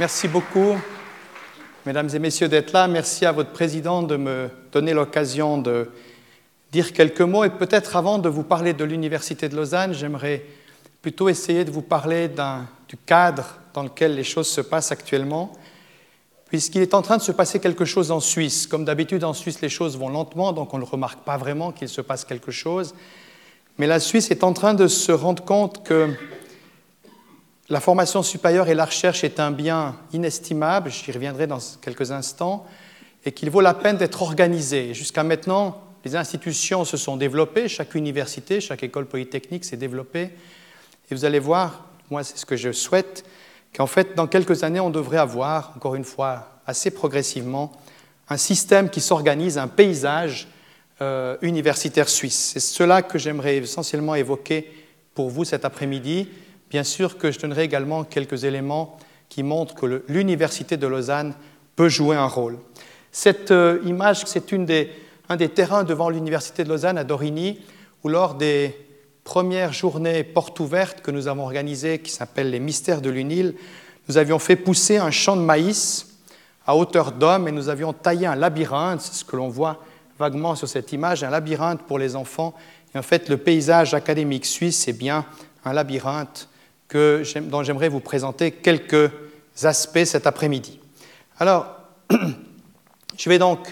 Merci beaucoup, mesdames et messieurs, d'être là. Merci à votre président de me donner l'occasion de dire quelques mots. Et peut-être avant de vous parler de l'Université de Lausanne, j'aimerais plutôt essayer de vous parler du cadre dans lequel les choses se passent actuellement, puisqu'il est en train de se passer quelque chose en Suisse. Comme d'habitude, en Suisse, les choses vont lentement, donc on ne remarque pas vraiment qu'il se passe quelque chose. Mais la Suisse est en train de se rendre compte que la formation supérieure et la recherche est un bien inestimable, j'y reviendrai dans quelques instants, et qu'il vaut la peine d'être organisé. Jusqu'à maintenant, les institutions se sont développées, chaque université, chaque école polytechnique s'est développée, et vous allez voir, moi c'est ce que je souhaite, qu'en fait, dans quelques années, on devrait avoir, encore une fois, assez progressivement, un système qui s'organise, un paysage universitaire suisse. C'est cela que j'aimerais essentiellement évoquer pour vous cet après-midi. Bien sûr que je donnerai également quelques éléments qui montrent que l'Université de Lausanne peut jouer un rôle. Cette image, c'est un des terrains devant l'Université de Lausanne à Dorigny, où lors des premières journées portes ouvertes que nous avons organisées, qui s'appellent les Mystères de l'UNIL, nous avions fait pousser un champ de maïs à hauteur d'homme et nous avions taillé un labyrinthe, c'est ce que l'on voit vaguement sur cette image, un labyrinthe pour les enfants. Et en fait, le paysage académique suisse est bien un labyrinthe dont j'aimerais vous présenter quelques aspects cet après-midi. Alors, je vais donc,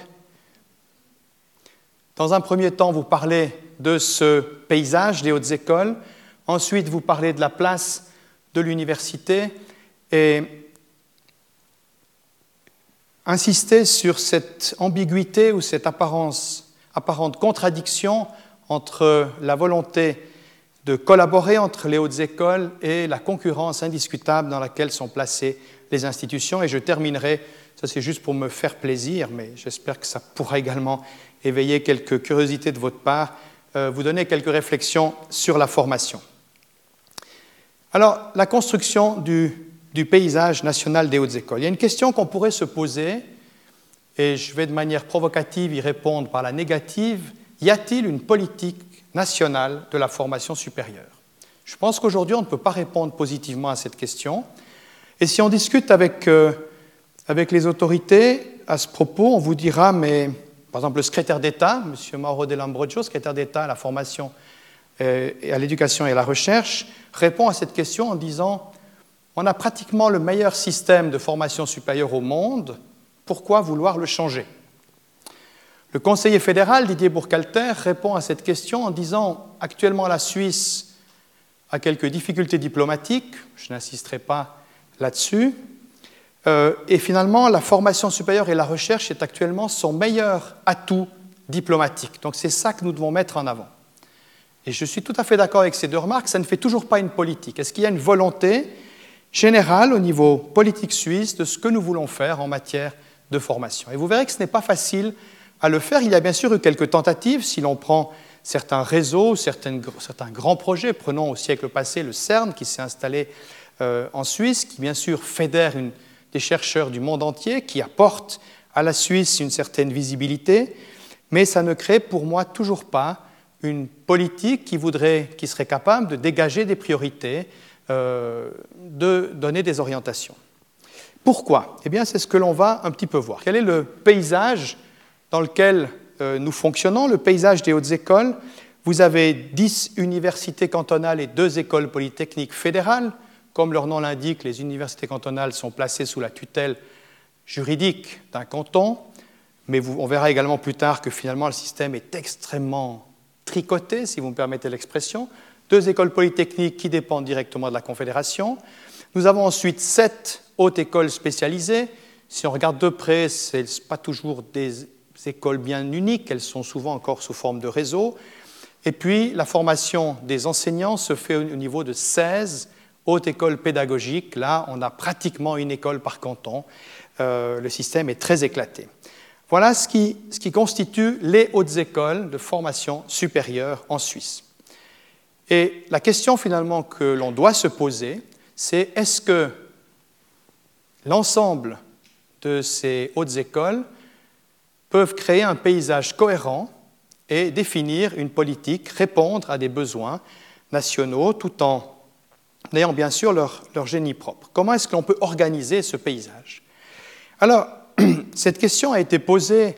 dans un premier temps, vous parler de ce paysage des hautes écoles, ensuite vous parler de la place de l'université et insister sur cette ambiguïté ou cette apparente contradiction entre la volonté de collaborer entre les hautes écoles et la concurrence indiscutable dans laquelle sont placées les institutions. Et je terminerai, ça c'est juste pour me faire plaisir, mais j'espère que ça pourra également éveiller quelques curiosités de votre part, vous donner quelques réflexions sur la formation. Alors, la construction du paysage national des hautes écoles. Il y a une question qu'on pourrait se poser, et je vais de manière provocative y répondre par la négative. Y a-t-il une politique nationale de la formation supérieure? Je pense qu'aujourd'hui, on ne peut pas répondre positivement à cette question. Et si on discute avec les autorités à ce propos, on vous dira, mais par exemple, le secrétaire d'État, M. Mauro Dell'Ambrogio, secrétaire d'État à la formation et à l'éducation et à la recherche, répond à cette question en disant « On a pratiquement le meilleur système de formation supérieure au monde, pourquoi vouloir le changer ?» Le conseiller fédéral, Didier Burkhalter, répond à cette question en disant « Actuellement, la Suisse a quelques difficultés diplomatiques, je n'insisterai pas là-dessus, et finalement, la formation supérieure et la recherche est actuellement son meilleur atout diplomatique. Donc c'est ça que nous devons mettre en avant. » Et je suis tout à fait d'accord avec ces deux remarques, ça ne fait toujours pas une politique. Est-ce qu'il y a une volonté générale au niveau politique suisse de ce que nous voulons faire en matière de formation? Et vous verrez que ce n'est pas facile à le faire. Il y a bien sûr eu quelques tentatives. Si l'on prend certains réseaux, certains grands projets, prenons au siècle passé le CERN qui s'est installé en Suisse, qui bien sûr fédère des chercheurs du monde entier, qui apporte à la Suisse une certaine visibilité, mais ça ne crée pour moi toujours pas une politique qui serait capable de dégager des priorités, de donner des orientations. Pourquoi? Eh bien, c'est ce que l'on va un petit peu voir. Quel est le paysage dans lequel nous fonctionnons, le paysage des hautes écoles? Vous avez 10 universités cantonales et 2 écoles polytechniques fédérales. Comme leur nom l'indique, les universités cantonales sont placées sous la tutelle juridique d'un canton, mais on verra également plus tard que finalement le système est extrêmement tricoté, si vous me permettez l'expression. 2 écoles polytechniques qui dépendent directement de la Confédération. Nous avons ensuite 7 hautes écoles spécialisées. Si on regarde de près, ce n'est pas toujours des écoles bien uniques, elles sont souvent encore sous forme de réseau. Et puis, la formation des enseignants se fait au niveau de 16 hautes écoles pédagogiques. Là, on a pratiquement une école par canton. Le système est très éclaté. Voilà ce qui constitue les hautes écoles de formation supérieure en Suisse. Et la question finalement que l'on doit se poser, c'est est-ce que l'ensemble de ces hautes écoles peuvent créer un paysage cohérent et définir une politique, répondre à des besoins nationaux tout en n'ayant bien sûr leur génie propre. Comment est-ce que l'on peut organiser ce paysage? Alors, cette question a été posée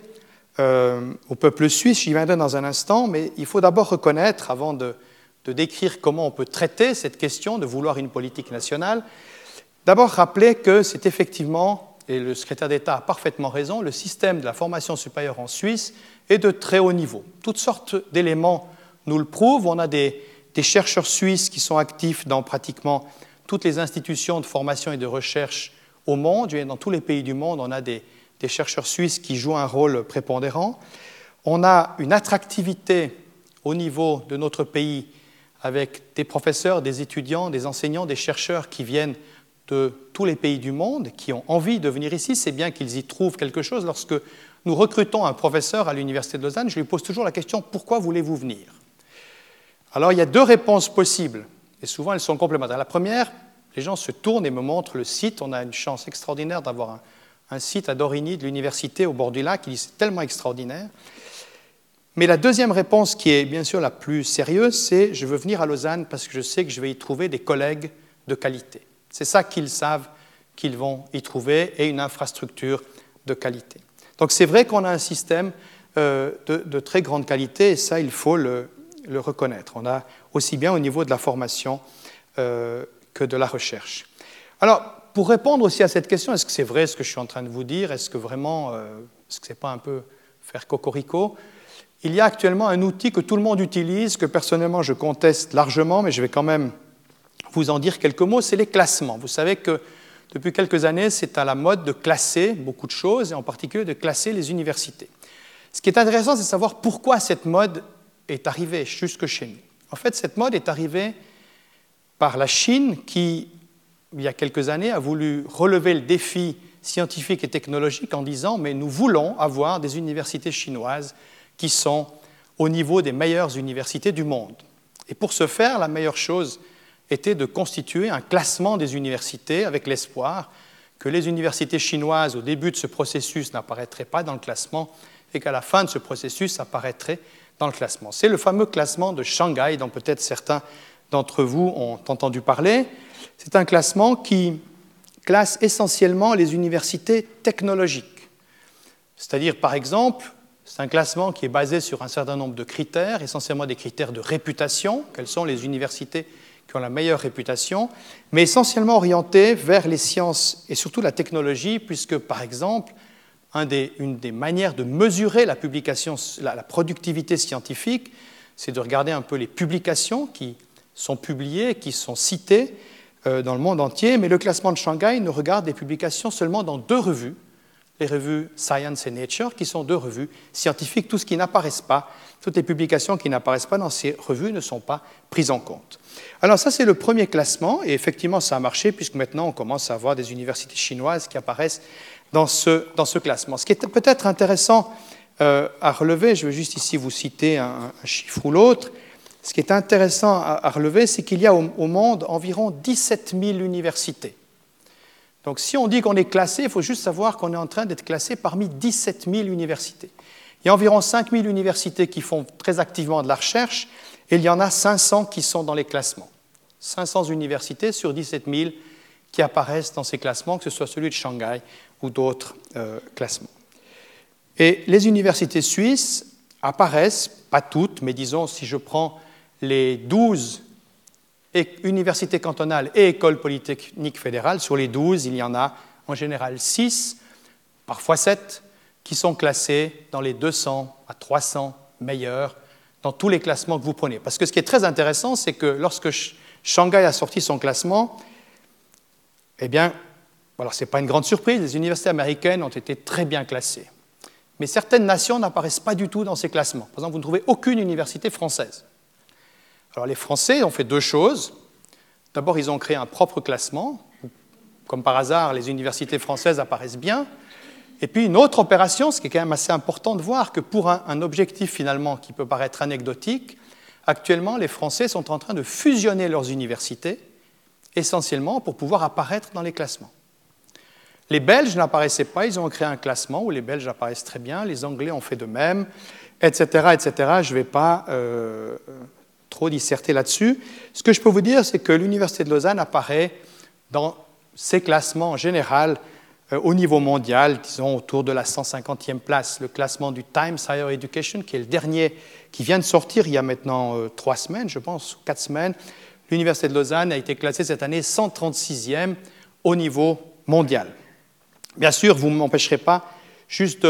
au peuple suisse, j'y viendrai dans un instant, mais il faut d'abord reconnaître, avant de décrire comment on peut traiter cette question de vouloir une politique nationale, d'abord rappeler que c'est effectivement, et le secrétaire d'État a parfaitement raison, le système de la formation supérieure en Suisse est de très haut niveau. Toutes sortes d'éléments nous le prouvent. On a des chercheurs suisses qui sont actifs dans pratiquement toutes les institutions de formation et de recherche au monde. Dans tous les pays du monde, on a des chercheurs suisses qui jouent un rôle prépondérant. On a une attractivité au niveau de notre pays avec des professeurs, des étudiants, des enseignants, des chercheurs qui viennent de tous les pays du monde, qui ont envie de venir ici. C'est bien qu'ils y trouvent quelque chose. Lorsque nous recrutons un professeur à l'Université de Lausanne, je lui pose toujours la question « Pourquoi voulez-vous venir ?» Alors, il y a deux réponses possibles, et souvent elles sont complémentaires. La première, les gens se tournent et me montrent le site. On a une chance extraordinaire d'avoir un site à Dorigny de l'université au bord du lac, c'est tellement extraordinaire. Mais la deuxième réponse, qui est bien sûr la plus sérieuse, c'est « Je veux venir à Lausanne parce que je sais que je vais y trouver des collègues de qualité ». C'est ça qu'ils savent qu'ils vont y trouver, et une infrastructure de qualité. Donc c'est vrai qu'on a un système de très grande qualité, et ça, il faut le reconnaître. On a aussi bien au niveau de la formation que de la recherche. Alors, pour répondre aussi à cette question, est-ce que c'est vrai ce que je suis en train de vous dire? Est-ce que vraiment, est-ce que ce n'est pas un peu faire cocorico? Il y a actuellement un outil que tout le monde utilise, que personnellement je conteste largement, mais je vais quand même vous en dire quelques mots, c'est les classements. Vous savez que depuis quelques années, c'est à la mode de classer beaucoup de choses, et en particulier de classer les universités. Ce qui est intéressant, c'est de savoir pourquoi cette mode est arrivée jusque chez nous. En fait, cette mode est arrivée par la Chine qui, il y a quelques années, a voulu relever le défi scientifique et technologique en disant « mais nous voulons avoir des universités chinoises qui sont au niveau des meilleures universités du monde ». Et pour ce faire, la meilleure chose était de constituer un classement des universités avec l'espoir que les universités chinoises, au début de ce processus, n'apparaîtraient pas dans le classement et qu'à la fin de ce processus, apparaîtraient dans le classement. C'est le fameux classement de Shanghai dont peut-être certains d'entre vous ont entendu parler. C'est un classement qui classe essentiellement les universités technologiques. C'est-à-dire, par exemple, c'est un classement qui est basé sur un certain nombre de critères, essentiellement des critères de réputation. Quelles sont les universités qui ont la meilleure réputation, mais essentiellement orienté vers les sciences et surtout la technologie, puisque, par exemple, une des manières de mesurer la productivité scientifique, c'est de regarder un peu les publications qui sont publiées, qui sont citées dans le monde entier, mais le classement de Shanghai ne regarde des publications seulement dans deux revues, les revues Science et Nature, qui sont deux revues scientifiques. Tout ce qui n'apparaissent pas, toutes les publications qui n'apparaissent pas dans ces revues ne sont pas prises en compte. Alors ça, c'est le premier classement, et effectivement, ça a marché, puisque maintenant, on commence à avoir des universités chinoises qui apparaissent dans ce classement. Ce qui est peut-être intéressant à relever, je vais juste ici vous citer un chiffre ou l'autre, ce qui est intéressant à relever, c'est qu'il y a au monde environ 17 000 universités. Donc si on dit qu'on est classé, il faut juste savoir qu'on est en train d'être classé parmi 17 000 universités. Il y a environ 5 000 universités qui font très activement de la recherche, et il y en a 500 qui sont dans les classements. 500 universités sur 17 000 qui apparaissent dans ces classements, que ce soit celui de Shanghai ou d'autres classements. Et les universités suisses apparaissent, pas toutes, mais disons, si je prends les 12 universités cantonales et écoles polytechniques fédérales, sur les 12, il y en a en général 6, parfois 7, qui sont classés dans les 200 à 300 meilleurs dans tous les classements que vous prenez. Parce que ce qui est très intéressant, c'est que lorsque Shanghai a sorti son classement, eh bien, alors ce n'est pas une grande surprise, les universités américaines ont été très bien classées. Mais certaines nations n'apparaissent pas du tout dans ces classements. Par exemple, vous ne trouvez aucune université française. Alors les Français ont fait deux choses. D'abord, ils ont créé un propre classement. Comme par hasard, les universités françaises apparaissent bien. Et puis une autre opération, ce qui est quand même assez important de voir, que pour un objectif finalement qui peut paraître anecdotique, actuellement les Français sont en train de fusionner leurs universités, essentiellement pour pouvoir apparaître dans les classements. Les Belges n'apparaissaient pas, ils ont créé un classement où les Belges apparaissent très bien, les Anglais ont fait de même, etc., etc. Je ne vais pas trop disserter là-dessus. Ce que je peux vous dire, c'est que l'Université de Lausanne apparaît dans ces classements en général au niveau mondial, disons autour de la 150e place, le classement du Times Higher Education, qui est le dernier, qui vient de sortir il y a maintenant 3 semaines, je pense, 4 semaines. L'Université de Lausanne a été classée cette année 136e au niveau mondial. Bien sûr, vous ne m'empêcherez pas juste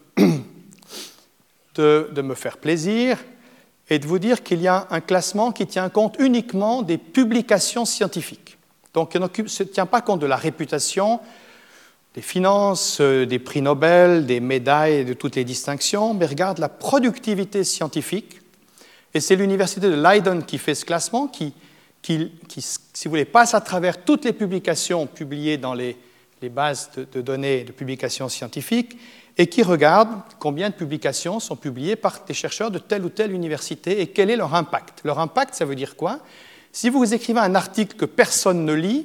de me faire plaisir et de vous dire qu'il y a un classement qui tient compte uniquement des publications scientifiques. Donc, il ne tient pas compte de la réputation, des finances, des prix Nobel, des médailles, de toutes les distinctions, mais regarde la productivité scientifique. Et c'est l'Université de Leiden qui fait ce classement, qui si vous voulez, passe à travers toutes les publications publiées dans les bases de données de publications scientifiques et qui regarde combien de publications sont publiées par des chercheurs de telle ou telle université et quel est leur impact. Leur impact, ça veut dire quoi? Si vous écrivez un article que personne ne lit,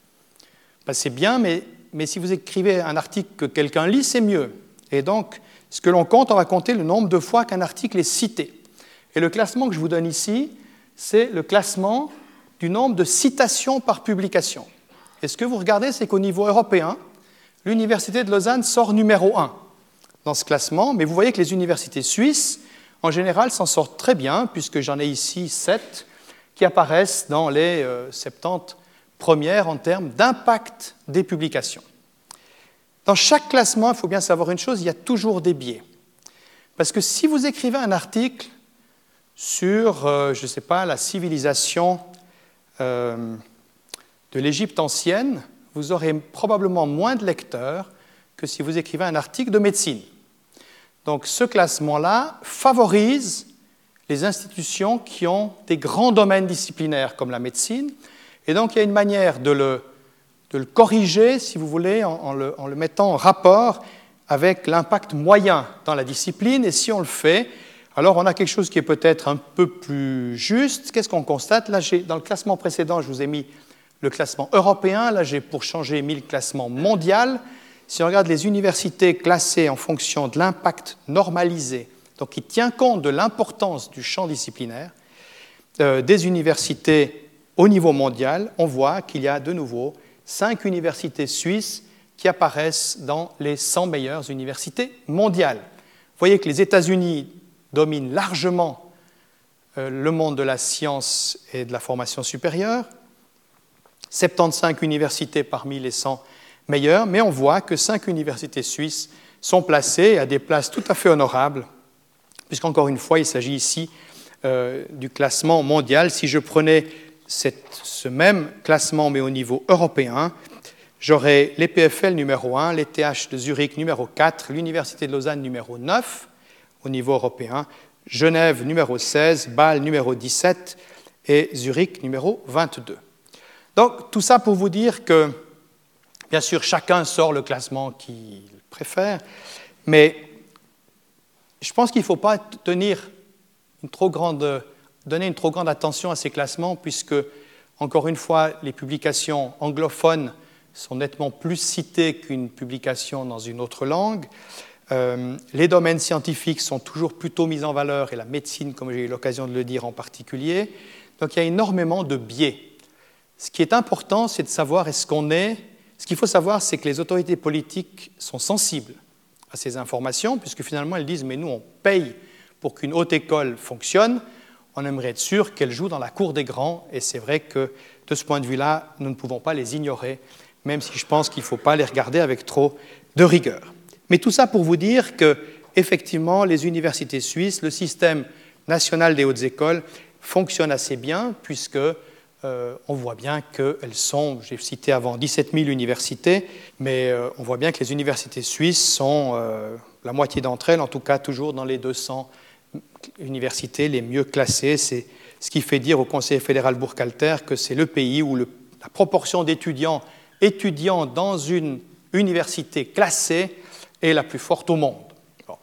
ben c'est bien, mais si vous écrivez un article que quelqu'un lit, c'est mieux. Et donc, ce que l'on compte, on va compter le nombre de fois qu'un article est cité. Et le classement que je vous donne ici, c'est le classement du nombre de citations par publication. Et ce que vous regardez, c'est qu'au niveau européen, l'Université de Lausanne sort numéro 1 dans ce classement, mais vous voyez que les universités suisses, en général, s'en sortent très bien, puisque j'en ai ici 7 qui apparaissent dans les 70 premières en termes d'impact des publications. Dans chaque classement, il faut bien savoir une chose, il y a toujours des biais. Parce que si vous écrivez un article sur, je ne sais pas, la civilisation de l'Égypte ancienne, vous aurez probablement moins de lecteurs que si vous écrivez un article de médecine. Donc ce classement-là favorise les institutions qui ont des grands domaines disciplinaires comme la médecine, et donc il y a une manière de le corriger, si vous voulez, en le mettant en rapport avec l'impact moyen dans la discipline, et si on le fait, alors on a quelque chose qui est peut-être un peu plus juste. Qu'est-ce qu'on constate? Là, dans le classement précédent, je vous ai mis le classement européen, là j'ai pour changer mis le classement mondial. Si on regarde les universités classées en fonction de l'impact normalisé, donc qui tient compte de l'importance du champ disciplinaire, des universités au niveau mondial, on voit qu'il y a de nouveau 5 universités suisses qui apparaissent dans les 100 meilleures universités mondiales. Vous voyez que les États-Unis dominent largement le monde de la science et de la formation supérieure, 75 universités parmi les 100 meilleures, mais on voit que 5 universités suisses sont placées à des places tout à fait honorables, puisqu'encore une fois, il s'agit ici du classement mondial. Si je prenais ce même classement, mais au niveau européen, j'aurais l'EPFL numéro 1, l'ETH de Zurich numéro 4, l'Université de Lausanne numéro 9 au niveau européen, Genève numéro 16, Bâle numéro 17 et Zurich numéro 22. Donc tout ça pour vous dire que, bien sûr, chacun sort le classement qu'il préfère, mais je pense qu'il ne faut pas donner une trop grande attention à ces classements, puisque, encore une fois, les publications anglophones sont nettement plus citées qu'une publication dans une autre langue. Les domaines scientifiques sont toujours plutôt mis en valeur, et la médecine, comme j'ai eu l'occasion de le dire en particulier. Donc il y a énormément de biais. Ce qui est important, c'est de savoir ce qu'il faut savoir, c'est que les autorités politiques sont sensibles à ces informations, puisque finalement elles disent « mais nous on paye pour qu'une haute école fonctionne, on aimerait être sûr qu'elle joue dans la cour des grands », et c'est vrai que de ce point de vue-là, nous ne pouvons pas les ignorer, même si je pense qu'il ne faut pas les regarder avec trop de rigueur. Mais tout ça pour vous dire que, effectivement, les universités suisses, le système national des hautes écoles fonctionne assez bien, puisque on voit bien qu'elles sont, j'ai cité avant 17 000 universités, mais on voit bien que les universités suisses sont, la moitié d'entre elles, en tout cas toujours dans les 200 universités les mieux classées. C'est ce qui fait dire au Conseil fédéral Burkhalter que c'est le pays où la proportion d'étudiants étudiant dans une université classée est la plus forte au monde. Bon.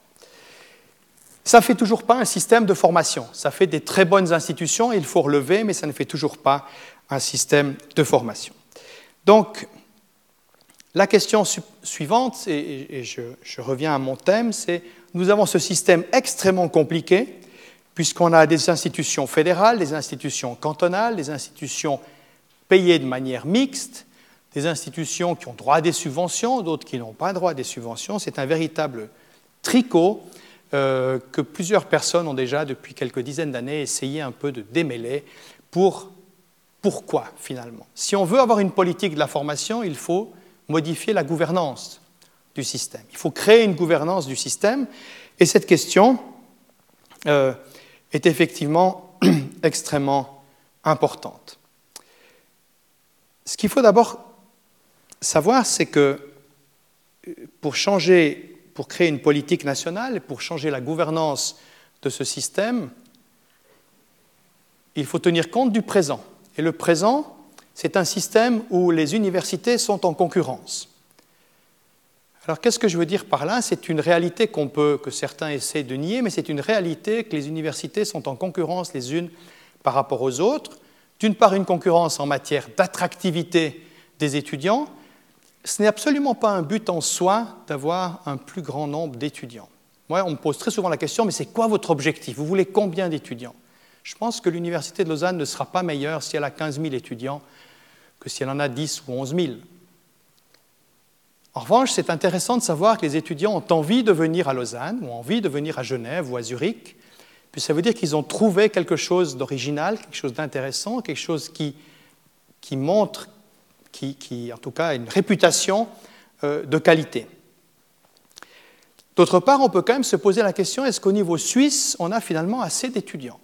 Ça ne fait toujours pas un système de formation. Ça fait des très bonnes institutions, il faut relever, mais ça ne fait toujours pas un système de formation. Donc, la question suivante, et je reviens à mon thème, c'est nous avons ce système extrêmement compliqué, puisqu'on a des institutions fédérales, des institutions cantonales, des institutions payées de manière mixte, des institutions qui ont droit à des subventions, d'autres qui n'ont pas droit à des subventions. C'est un véritable tricot que plusieurs personnes ont déjà, depuis quelques dizaines d'années, essayé un peu de démêler pourquoi, finalement. Si on veut avoir une politique de la formation, il faut modifier la gouvernance du système. Il faut créer une gouvernance du système, et cette question est effectivement extrêmement importante. Ce qu'il faut d'abord savoir, c'est que pour créer une politique nationale, pour changer la gouvernance de ce système, il faut tenir compte du présent. Et le présent, c'est un système où les universités sont en concurrence. Alors, qu'est-ce que je veux dire par là? C'est une réalité que certains essaient de nier, mais c'est une réalité que les universités sont en concurrence les unes par rapport aux autres. D'une part, une concurrence en matière d'attractivité des étudiants. Ce n'est absolument pas un but en soi d'avoir un plus grand nombre d'étudiants. Moi, on me pose très souvent la question, mais c'est quoi votre objectif? Vous voulez combien d'étudiants? Je pense que l'Université de Lausanne ne sera pas meilleure si elle a 15 000 étudiants que si elle en a 10 ou 11 000. En revanche, c'est intéressant de savoir que les étudiants ont envie de venir à Lausanne, ou envie de venir à Genève ou à Zurich, puis ça veut dire qu'ils ont trouvé quelque chose d'original, quelque chose d'intéressant, quelque chose qui montre, qui en tout cas a une réputation de qualité. D'autre part, on peut quand même se poser la question, est-ce qu'au niveau suisse, on a finalement assez d'étudiants?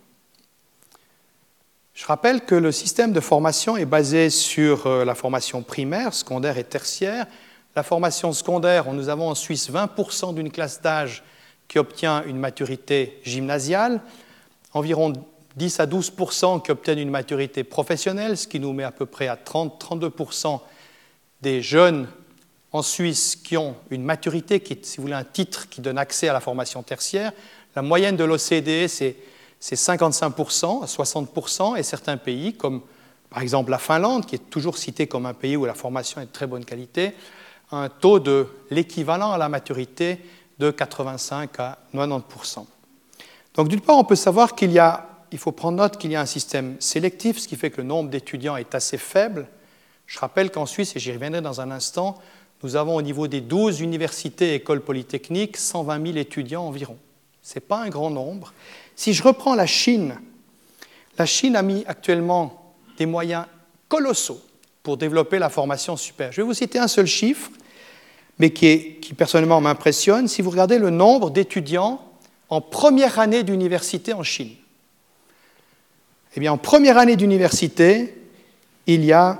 Je rappelle que le système de formation est basé sur la formation primaire, secondaire et tertiaire. La formation secondaire, nous avons en Suisse 20% d'une classe d'âge qui obtient une maturité gymnasiale, environ 10 à 12% qui obtiennent une maturité professionnelle, ce qui nous met à peu près à 30-32% des jeunes en Suisse qui ont une maturité, qui est, si vous voulez, un titre qui donne accès à la formation tertiaire. La moyenne de l'OCDE, c'est 55% à 60%, et certains pays, comme par exemple la Finlande, qui est toujours citée comme un pays où la formation est de très bonne qualité, a un taux de l'équivalent à la maturité de 85 à 90%. Donc d'une part, on peut savoir il faut prendre note qu'il y a un système sélectif, ce qui fait que le nombre d'étudiants est assez faible. Je rappelle qu'en Suisse, et j'y reviendrai dans un instant, nous avons au niveau des 12 universités et écoles polytechniques 120 000 étudiants environ. Ce n'est pas un grand nombre. Si je reprends la Chine a mis actuellement des moyens colossaux pour développer la formation supérieure. Je vais vous citer un seul chiffre, mais qui personnellement m'impressionne. Si vous regardez le nombre d'étudiants en première année d'université en Chine, eh bien, en première année d'université, il y a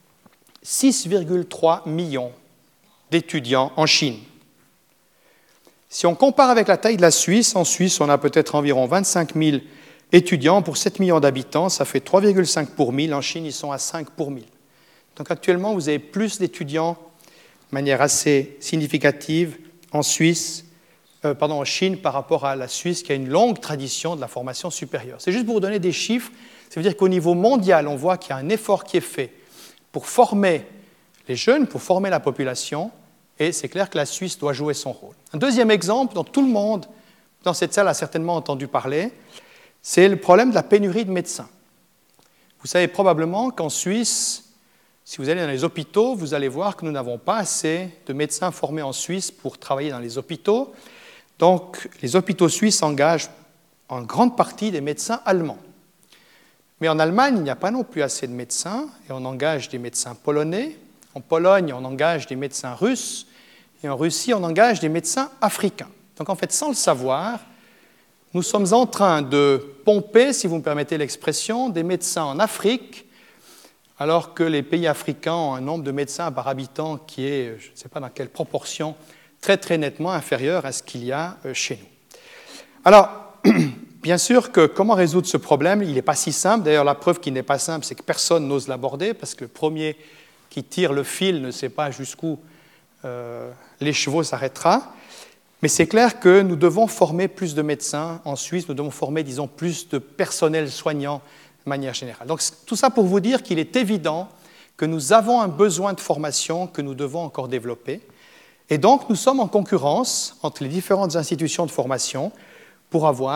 6,3 millions d'étudiants en Chine. Si on compare avec la taille de la Suisse, en Suisse, on a peut-être environ 25 000 étudiants pour 7 millions d'habitants, ça fait 3,5 pour 1000. En Chine, ils sont à 5 pour 1000. Donc actuellement, vous avez plus d'étudiants de manière assez significative en Chine par rapport à la Suisse, qui a une longue tradition de la formation supérieure. C'est juste pour vous donner des chiffres. Ça veut dire qu'au niveau mondial, on voit qu'il y a un effort qui est fait pour former les jeunes, pour former la population, et c'est clair que la Suisse doit jouer son rôle. Un deuxième exemple, dont tout le monde dans cette salle a certainement entendu parler, c'est le problème de la pénurie de médecins. Vous savez probablement qu'en Suisse, si vous allez dans les hôpitaux, vous allez voir que nous n'avons pas assez de médecins formés en Suisse pour travailler dans les hôpitaux. Donc, les hôpitaux suisses engagent en grande partie des médecins allemands. Mais en Allemagne, il n'y a pas non plus assez de médecins, et on engage des médecins polonais. En Pologne, on engage des médecins russes, et en Russie, on engage des médecins africains. Donc, en fait, sans le savoir, nous sommes en train de pomper, si vous me permettez l'expression, des médecins en Afrique, alors que les pays africains ont un nombre de médecins par habitant qui est, je ne sais pas dans quelle proportion, très très nettement inférieur à ce qu'il y a chez nous. Alors, bien sûr que comment résoudre ce problème? Il n'est pas si simple. D'ailleurs, la preuve qu'il n'est pas simple, c'est que personne n'ose l'aborder, parce que le premier qui tire le fil ne sait pas jusqu'où l'écheveau s'arrêtera. Mais c'est clair que nous devons former plus de médecins en Suisse, nous devons former, disons, plus de personnel soignant de manière générale. Donc, tout ça pour vous dire qu'il est évident que nous avons un besoin de formation que nous devons encore développer. Et donc, nous sommes en concurrence entre les différentes institutions de formation pour avoir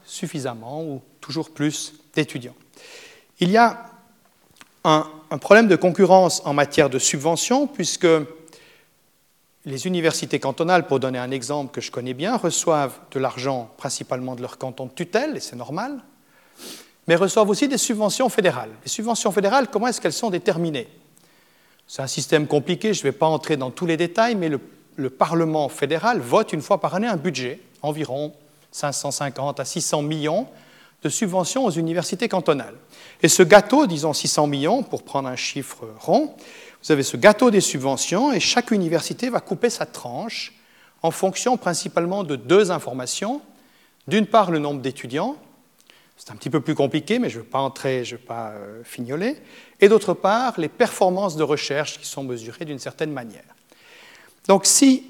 suffisamment ou toujours plus d'étudiants. Il y a un problème de concurrence en matière de subventions, puisque les universités cantonales, pour donner un exemple que je connais bien, reçoivent de l'argent principalement de leur canton de tutelle, et c'est normal, mais reçoivent aussi des subventions fédérales. Les subventions fédérales, comment est-ce qu'elles sont déterminées? C'est un système compliqué, je ne vais pas entrer dans tous les détails, mais le Parlement fédéral vote une fois par année un budget, environ 550 à 600 millions de subventions aux universités cantonales. Et ce gâteau, disons 600 millions, pour prendre un chiffre rond, vous avez ce gâteau des subventions et chaque université va couper sa tranche en fonction principalement de deux informations. D'une part, le nombre d'étudiants, c'est un petit peu plus compliqué, mais je ne vais pas fignoler. Et d'autre part, les performances de recherche qui sont mesurées d'une certaine manière. Donc si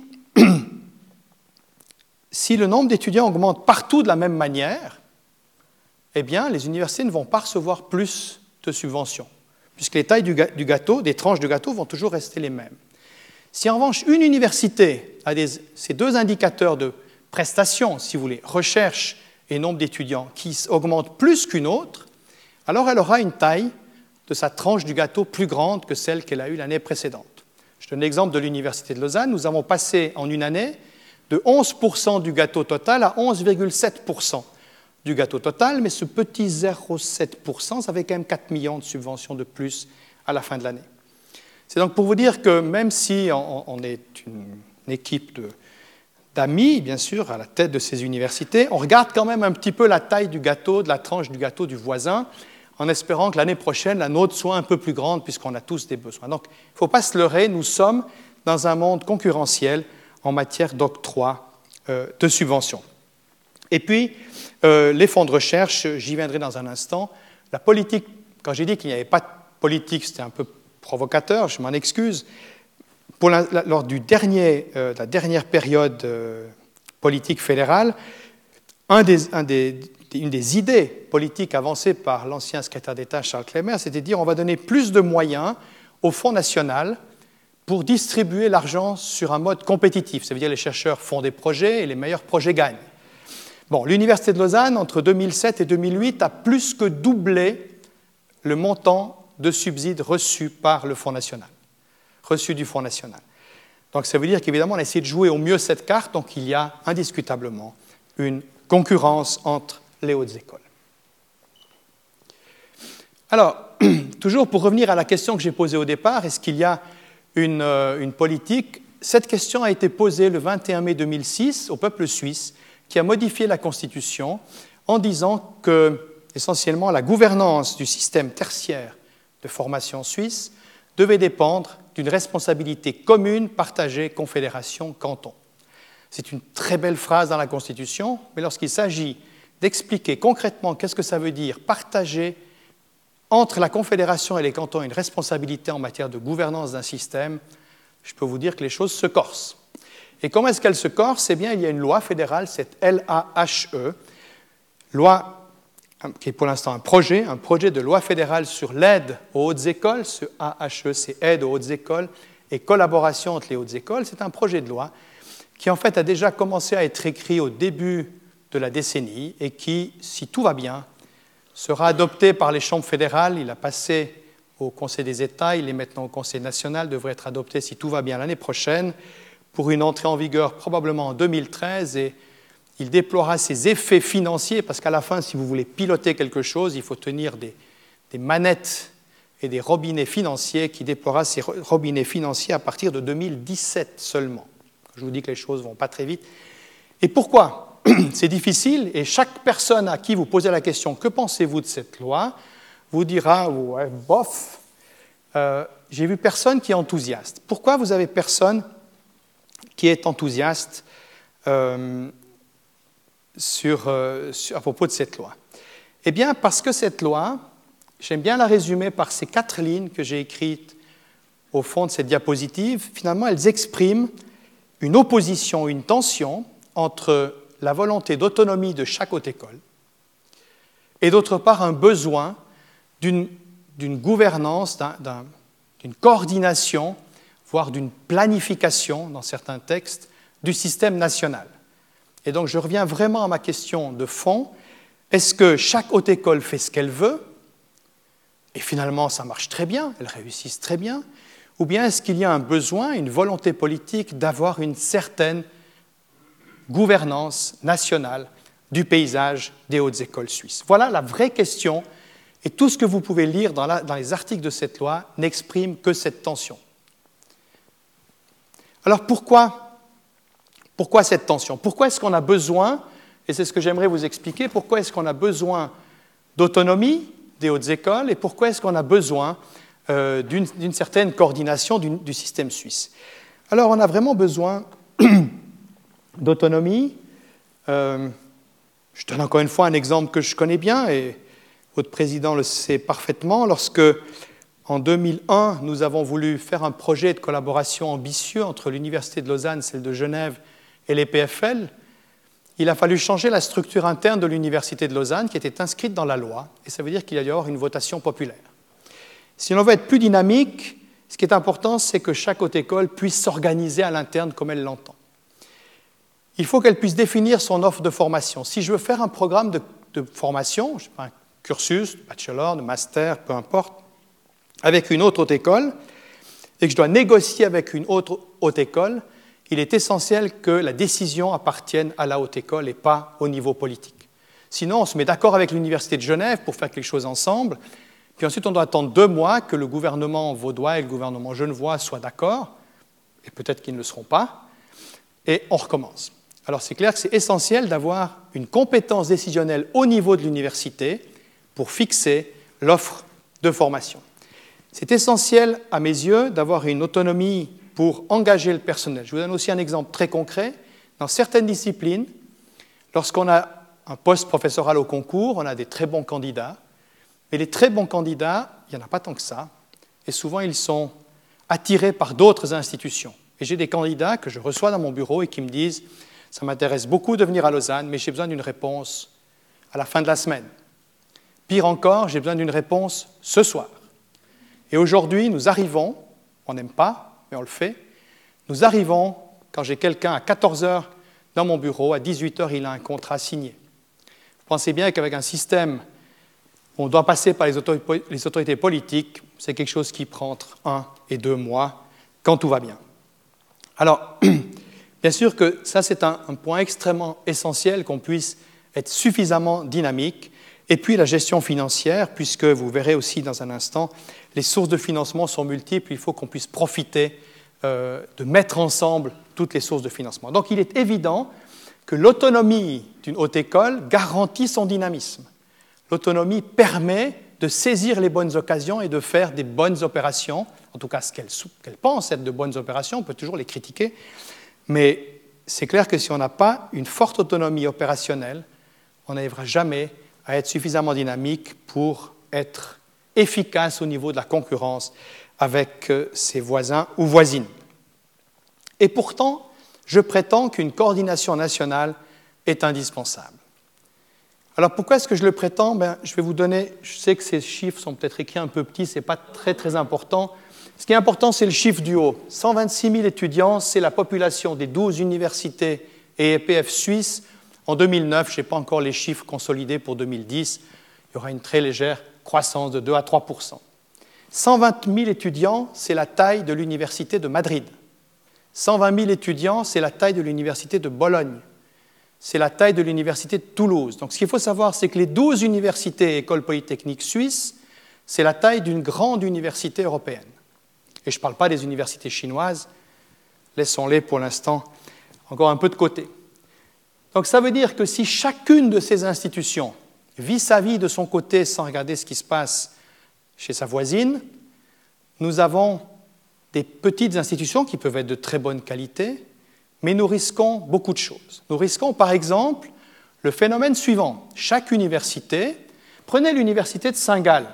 le nombre d'étudiants augmente partout de la même manière, eh bien, les universités ne vont pas recevoir plus de subventions, puisque les tailles du gâteau, des tranches de gâteau vont toujours rester les mêmes. Si en revanche, une université a ces deux indicateurs de prestation, si vous voulez, recherche et nombre d'étudiants, qui augmentent plus qu'une autre, alors elle aura une taille de sa tranche du gâteau plus grande que celle qu'elle a eue l'année précédente. Je donne l'exemple de l'Université de Lausanne. Nous avons passé en une année de 11% du gâteau total à 11,7% du gâteau total, mais ce petit 0,7%, ça fait quand même 4 millions de subventions de plus à la fin de l'année. C'est donc pour vous dire que même si on est une équipe d'amis, bien sûr, à la tête de ces universités, on regarde quand même un petit peu la taille du gâteau, de la tranche du gâteau du voisin, en espérant que l'année prochaine, la nôtre soit un peu plus grande, puisqu'on a tous des besoins. Donc, il ne faut pas se leurrer, nous sommes dans un monde concurrentiel en matière d'octroi de subventions. Et puis, les fonds de recherche, j'y viendrai dans un instant. La politique, quand j'ai dit qu'il n'y avait pas de politique, c'était un peu provocateur, je m'en excuse. Lors de la dernière période politique fédérale, une des idées politiques avancées par l'ancien secrétaire d'État Charles Clémer, c'était de dire on va donner plus de moyens au Fonds national pour distribuer l'argent sur un mode compétitif. Ça veut dire que les chercheurs font des projets et les meilleurs projets gagnent. Bon, l'Université de Lausanne, entre 2007 et 2008, a plus que doublé le montant de subsides reçus par le Fonds national, reçus du Fonds national. Donc ça veut dire qu'évidemment, on a essayé de jouer au mieux cette carte, donc il y a indiscutablement une concurrence entre les hautes écoles. Alors, toujours pour revenir à la question que j'ai posée au départ, est-ce qu'il y a une politique? Cette question a été posée le 21 mai 2006 au peuple suisse, qui a modifié la Constitution en disant que, essentiellement, la gouvernance du système tertiaire de formation suisse devait dépendre d'une responsabilité commune, partagée, confédération, canton. C'est une très belle phrase dans la Constitution, mais lorsqu'il s'agit d'expliquer concrètement qu'est-ce que ça veut dire partager entre la Confédération et les cantons une responsabilité en matière de gouvernance d'un système, je peux vous dire que les choses se corsent. Et comment est-ce qu'elle se corse? Eh bien, il y a une loi fédérale, cette LAHE, loi qui est pour l'instant un projet de loi fédérale sur l'aide aux hautes écoles. Ce AHE, c'est aide aux hautes écoles et collaboration entre les hautes écoles. C'est un projet de loi qui, en fait, a déjà commencé à être écrit au début de la décennie et qui, si tout va bien, sera adopté par les chambres fédérales. Il a passé au Conseil des États, il est maintenant au Conseil national, devrait être adopté, si tout va bien, l'année prochaine, pour une entrée en vigueur probablement en 2013, et il déploiera ses effets financiers, parce qu'à la fin, si vous voulez piloter quelque chose, il faut tenir des manettes et des robinets financiers, qui déploiera ces robinets financiers à partir de 2017 seulement. Je vous dis que les choses ne vont pas très vite. Et pourquoi? C'est difficile, et chaque personne à qui vous posez la question « Que pensez-vous de cette loi ?» vous dira « Ouais, bof, j'ai vu personne qui est enthousiaste. » Pourquoi vous avez personne qui est enthousiaste à propos de cette loi? Eh bien, parce que cette loi, j'aime bien la résumer par ces 4 lignes que j'ai écrites au fond de cette diapositive. Finalement, elles expriment une opposition, une tension entre la volonté d'autonomie de chaque haute école et d'autre part un besoin d'une gouvernance, d'une coordination, voire d'une planification, dans certains textes, du système national. Et donc je reviens vraiment à ma question de fond. Est-ce que chaque haute école fait ce qu'elle veut, et finalement ça marche très bien, elles réussissent très bien, ou bien est-ce qu'il y a un besoin, une volonté politique d'avoir une certaine gouvernance nationale du paysage des hautes écoles suisses? Voilà la vraie question, et tout ce que vous pouvez lire dans les articles de cette loi n'exprime que cette tension. Alors pourquoi cette tension? Pourquoi est-ce qu'on a besoin, et c'est ce que j'aimerais vous expliquer, pourquoi est-ce qu'on a besoin d'autonomie des hautes écoles et pourquoi est-ce qu'on a besoin d'une certaine coordination du système suisse? Alors on a vraiment besoin d'autonomie. Je donne encore une fois un exemple que je connais bien et votre président le sait parfaitement. Lorsque, en 2001, nous avons voulu faire un projet de collaboration ambitieux entre l'Université de Lausanne, celle de Genève et les PFL, il a fallu changer la structure interne de l'Université de Lausanne qui était inscrite dans la loi, et ça veut dire qu'il y a alors une votation populaire. Si on veut être plus dynamique, ce qui est important, c'est que chaque haute école puisse s'organiser à l'interne comme elle l'entend. Il faut qu'elle puisse définir son offre de formation. Si je veux faire un programme de formation, je sais pas, un cursus, de bachelor, de master, peu importe, avec une autre haute école, et que je dois négocier avec une autre haute école, il est essentiel que la décision appartienne à la haute école et pas au niveau politique. Sinon, on se met d'accord avec l'Université de Genève pour faire quelque chose ensemble, puis ensuite on doit attendre 2 mois que le gouvernement vaudois et le gouvernement genevois soient d'accord, et peut-être qu'ils ne le seront pas, et on recommence. Alors c'est clair que c'est essentiel d'avoir une compétence décisionnelle au niveau de l'université pour fixer l'offre de formation. C'est essentiel, à mes yeux, d'avoir une autonomie pour engager le personnel. Je vous donne aussi un exemple très concret. Dans certaines disciplines, lorsqu'on a un poste professoral au concours, on a des très bons candidats, mais les très bons candidats, il n'y en a pas tant que ça, et souvent ils sont attirés par d'autres institutions. Et j'ai des candidats que je reçois dans mon bureau et qui me disent « ça m'intéresse beaucoup de venir à Lausanne, mais j'ai besoin d'une réponse à la fin de la semaine. Pire encore, j'ai besoin d'une réponse ce soir. » Et aujourd'hui, nous arrivons, on n'aime pas, mais on le fait, nous arrivons, quand j'ai quelqu'un à 14 heures dans mon bureau, à 18 heures, il a un contrat signé. Vous pensez bien qu'avec un système où on doit passer par les autorités politiques, c'est quelque chose qui prend entre 1 et 2 mois, quand tout va bien. Alors, bien sûr que ça, c'est un point extrêmement essentiel, qu'on puisse être suffisamment dynamique. Et puis la gestion financière, puisque vous verrez aussi dans un instant, les sources de financement sont multiples, il faut qu'on puisse profiter de mettre ensemble toutes les sources de financement. Donc il est évident que l'autonomie d'une haute école garantit son dynamisme. L'autonomie permet de saisir les bonnes occasions et de faire des bonnes opérations, en tout cas ce qu'elle pense être de bonnes opérations, on peut toujours les critiquer, mais c'est clair que si on n'a pas une forte autonomie opérationnelle, on n'arrivera jamais à être suffisamment dynamique pour être efficace au niveau de la concurrence avec ses voisins ou voisines. Et pourtant, je prétends qu'une coordination nationale est indispensable. Alors pourquoi est-ce que je le prétends? Je vais vous donner, je sais que ces chiffres sont peut-être écrits un peu petits, ce n'est pas très très important. Ce qui est important, c'est le chiffre du haut. 126 000 étudiants, c'est la population des 12 universités et EPF suisses. En 2009, je n'ai pas encore les chiffres consolidés pour 2010, il y aura une très légère croissance de 2 à 3 %. 120 000 étudiants, c'est la taille de l'université de Madrid. 120 000 étudiants, c'est la taille de l'université de Bologne. C'est la taille de l'université de Toulouse. Donc ce qu'il faut savoir, c'est que les 12 universités et écoles polytechniques suisses, c'est la taille d'une grande université européenne. Et je ne parle pas des universités chinoises, laissons-les pour l'instant encore un peu de côté. Donc ça veut dire que si chacune de ces institutions vit sa vie de son côté sans regarder ce qui se passe chez sa voisine, nous avons des petites institutions qui peuvent être de très bonne qualité, mais nous risquons beaucoup de choses. Nous risquons par exemple le phénomène suivant. Chaque université, prenez l'université de Saint-Gall,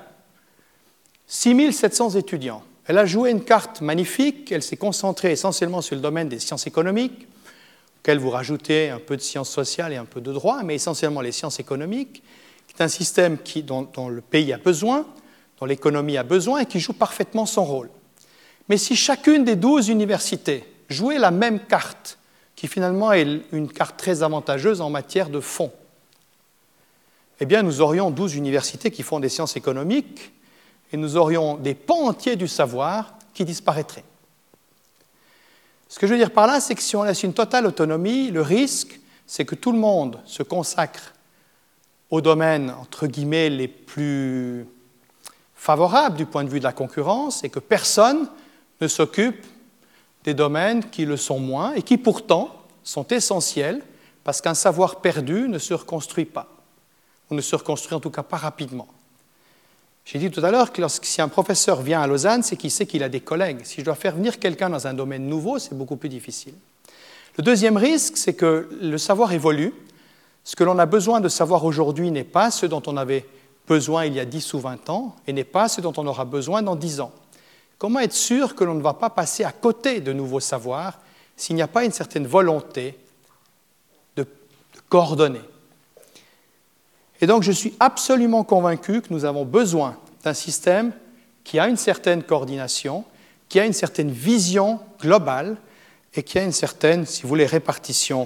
6 700 étudiants. Elle a joué une carte magnifique, elle s'est concentrée essentiellement sur le domaine des sciences économiques, auquel vous rajoutez un peu de sciences sociales et un peu de droit, mais essentiellement les sciences économiques, qui est un système dont le pays a besoin, dont l'économie a besoin et qui joue parfaitement son rôle. Mais si chacune des 12 universités jouait la même carte, qui finalement est une carte très avantageuse en matière de fonds, eh bien, nous aurions 12 universités qui font des sciences économiques et nous aurions des pans entiers du savoir qui disparaîtraient. Ce que je veux dire par là, c'est que si on laisse une totale autonomie, le risque, c'est que tout le monde se consacre aux domaines, entre guillemets, les plus favorables du point de vue de la concurrence et que personne ne s'occupe des domaines qui le sont moins et qui pourtant sont essentiels parce qu'un savoir perdu ne se reconstruit pas, ou ne se reconstruit en tout cas pas rapidement. J'ai dit tout à l'heure que si un professeur vient à Lausanne, c'est qu'il sait qu'il a des collègues. Si je dois faire venir quelqu'un dans un domaine nouveau, c'est beaucoup plus difficile. Le deuxième risque, c'est que le savoir évolue. Ce que l'on a besoin de savoir aujourd'hui n'est pas ce dont on avait besoin il y a 10 ou 20 ans et n'est pas ce dont on aura besoin dans 10 ans. Comment être sûr que l'on ne va pas passer à côté de nouveaux savoirs s'il n'y a pas une certaine volonté de coordonner? Et donc, je suis absolument convaincu que nous avons besoin d'un système qui a une certaine coordination, qui a une certaine vision globale et qui a une certaine, si vous voulez, répartition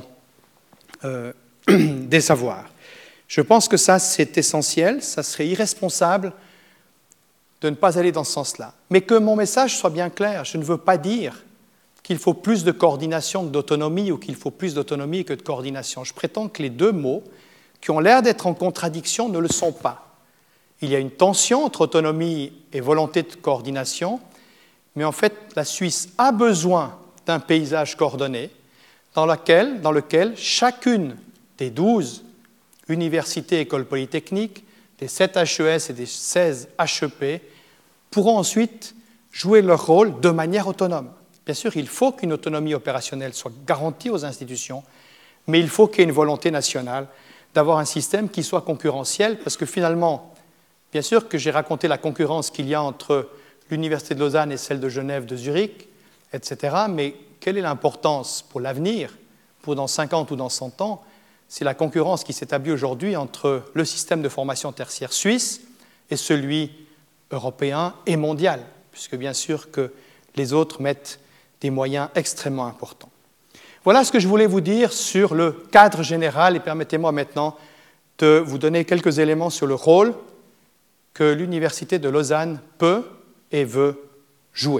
des savoirs. Je pense que ça, c'est essentiel, ça serait irresponsable de ne pas aller dans ce sens-là. Mais que mon message soit bien clair, je ne veux pas dire qu'il faut plus de coordination que d'autonomie ou qu'il faut plus d'autonomie que de coordination. Je prétends que les deux mots, qui ont l'air d'être en contradiction, ne le sont pas. Il y a une tension entre autonomie et volonté de coordination, mais en fait, la Suisse a besoin d'un paysage coordonné dans lequel chacune des 12 universités et écoles polytechniques, des 7 HES et des 16 HEP, pourront ensuite jouer leur rôle de manière autonome. Bien sûr, il faut qu'une autonomie opérationnelle soit garantie aux institutions, mais il faut qu'il y ait une volonté nationale d'avoir un système qui soit concurrentiel, parce que finalement, bien sûr que j'ai raconté la concurrence qu'il y a entre l'Université de Lausanne et celle de Genève, de Zurich, etc., mais quelle est l'importance pour l'avenir, pour dans 50 ou dans 100 ans? C'est la concurrence qui s'établit aujourd'hui entre le système de formation tertiaire suisse et celui européen et mondial, puisque bien sûr que les autres mettent des moyens extrêmement importants. Voilà ce que je voulais vous dire sur le cadre général et permettez-moi maintenant de vous donner quelques éléments sur le rôle que l'Université de Lausanne peut et veut jouer.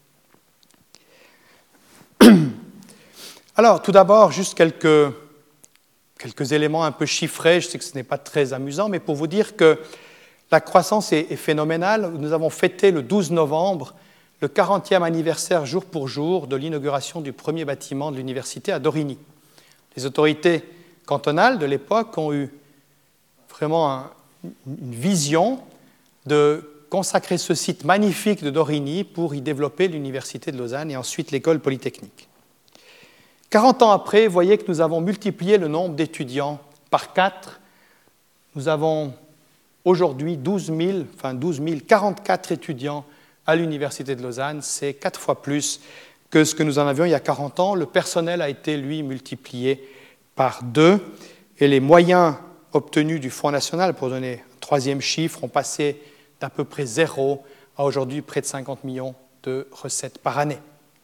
Alors, tout d'abord, juste quelques éléments un peu chiffrés. Je sais que ce n'est pas très amusant, mais pour vous dire que la croissance est phénoménale. Nous avons fêté le 12 novembre le 40e anniversaire jour pour jour de l'inauguration du premier bâtiment de l'université à Dorigny. Les autorités cantonales de l'époque ont eu vraiment une vision de consacrer ce site magnifique de Dorigny pour y développer l'université de Lausanne et ensuite l'école polytechnique. 40 ans après, vous voyez que nous avons multiplié le nombre d'étudiants par 4. Nous avons aujourd'hui 12 044 étudiants à l'Université de Lausanne. C'est 4 fois plus que ce que nous en avions il y a 40 ans. Le personnel a été, lui, multiplié par 2. Et les moyens obtenus du Fonds national, pour donner un troisième chiffre, ont passé d'à peu près 0 à aujourd'hui près de 50 millions de recettes par année.